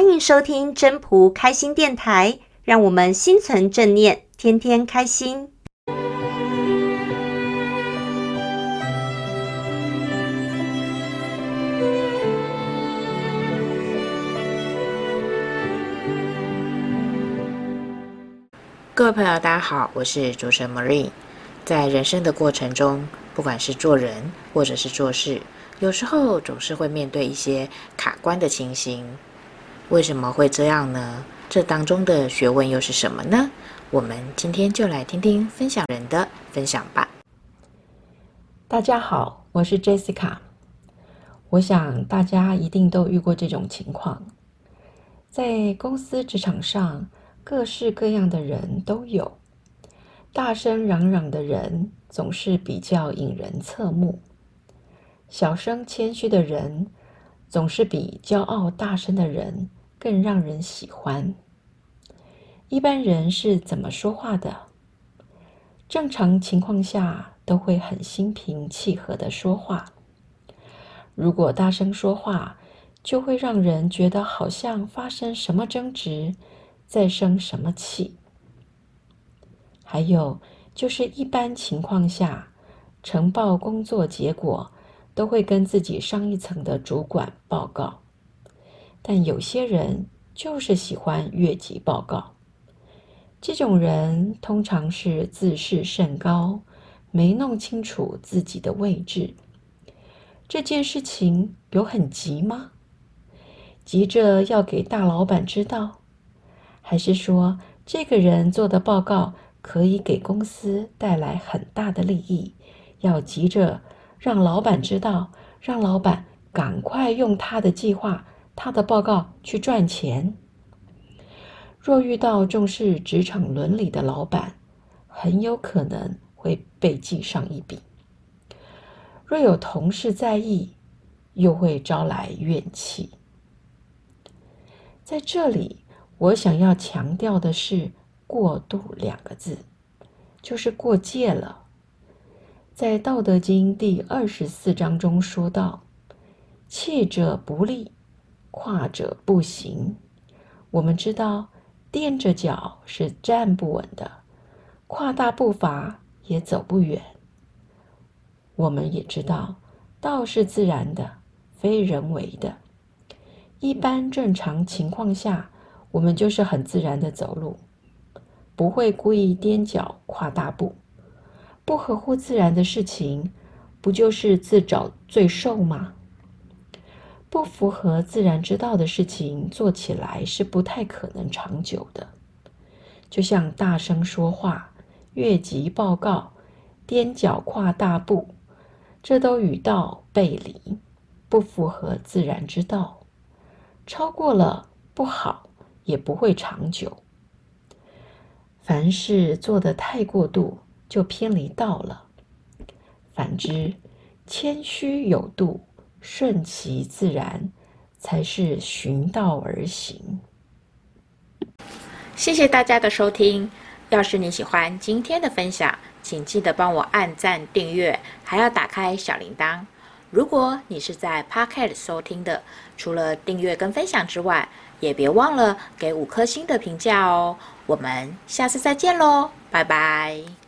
欢迎收听真仆开心电台，让我们心存正念，天天开心。 各位朋友大家好，我是主持人 Marine。 在人生的过程中，不管是做人或者是做事，有时候总是会面对一些卡关的情形。为什么会这样呢？这当中的学问又是什么呢？我们今天就来听听分享人的分享吧。 大家好，我是 Jessica。 我想大家一定都遇过这种情况，在公司职场上，各式各样的人都有。大声嚷嚷的人总是比较引人侧目，小声谦虚的人总是比骄傲大声的人更让人喜欢。一般人是怎么说话的？正常情况下都会很心平气和地说话。如果大声说话，就会让人觉得好像发生什么争执，在生什么气。还有就是一般情况下，呈报工作结果都会跟自己上一层的主管报告，但有些人就是喜欢越级报告。这种人通常是自视甚高，没弄清楚自己的位置。这件事情有很急吗？急着要给大老板知道？还是说这个人做的报告可以给公司带来很大的利益，要急着让老板知道，让老板赶快用他的计划、他的报告去赚钱？若遇到重视职场伦理的老板，很有可能会被记上一笔。若有同事在意，又会招来怨气。在这里，我想要强调的是过度2个字，就是过界了。在《道德经》第24章中说到，气者不立，跨者不行。我们知道踮着脚是站不稳的，跨大步伐也走不远。我们也知道道是自然的，非人为的。一般正常情况下，我们就是很自然的走路，不会故意踮脚跨大步。不合乎自然的事情，不就是自找罪受吗？不符合自然之道的事情，做起来是不太可能长久的。就像大声说话、越级报告、踮脚跨大步，这都与道背离，不符合自然之道。超过了不好，也不会长久。凡事做得太过度，就偏离道了。反之，谦虚有度，顺其自然，才是循道而行。 谢谢大家的收听。要是你喜欢今天的分享，请记得帮我按赞、订阅，还要打开小铃铛。如果你是在 Podcast 收听的，除了订阅跟分享之外，也别忘了给5颗星的评价哦。我们下次再见喽，拜拜。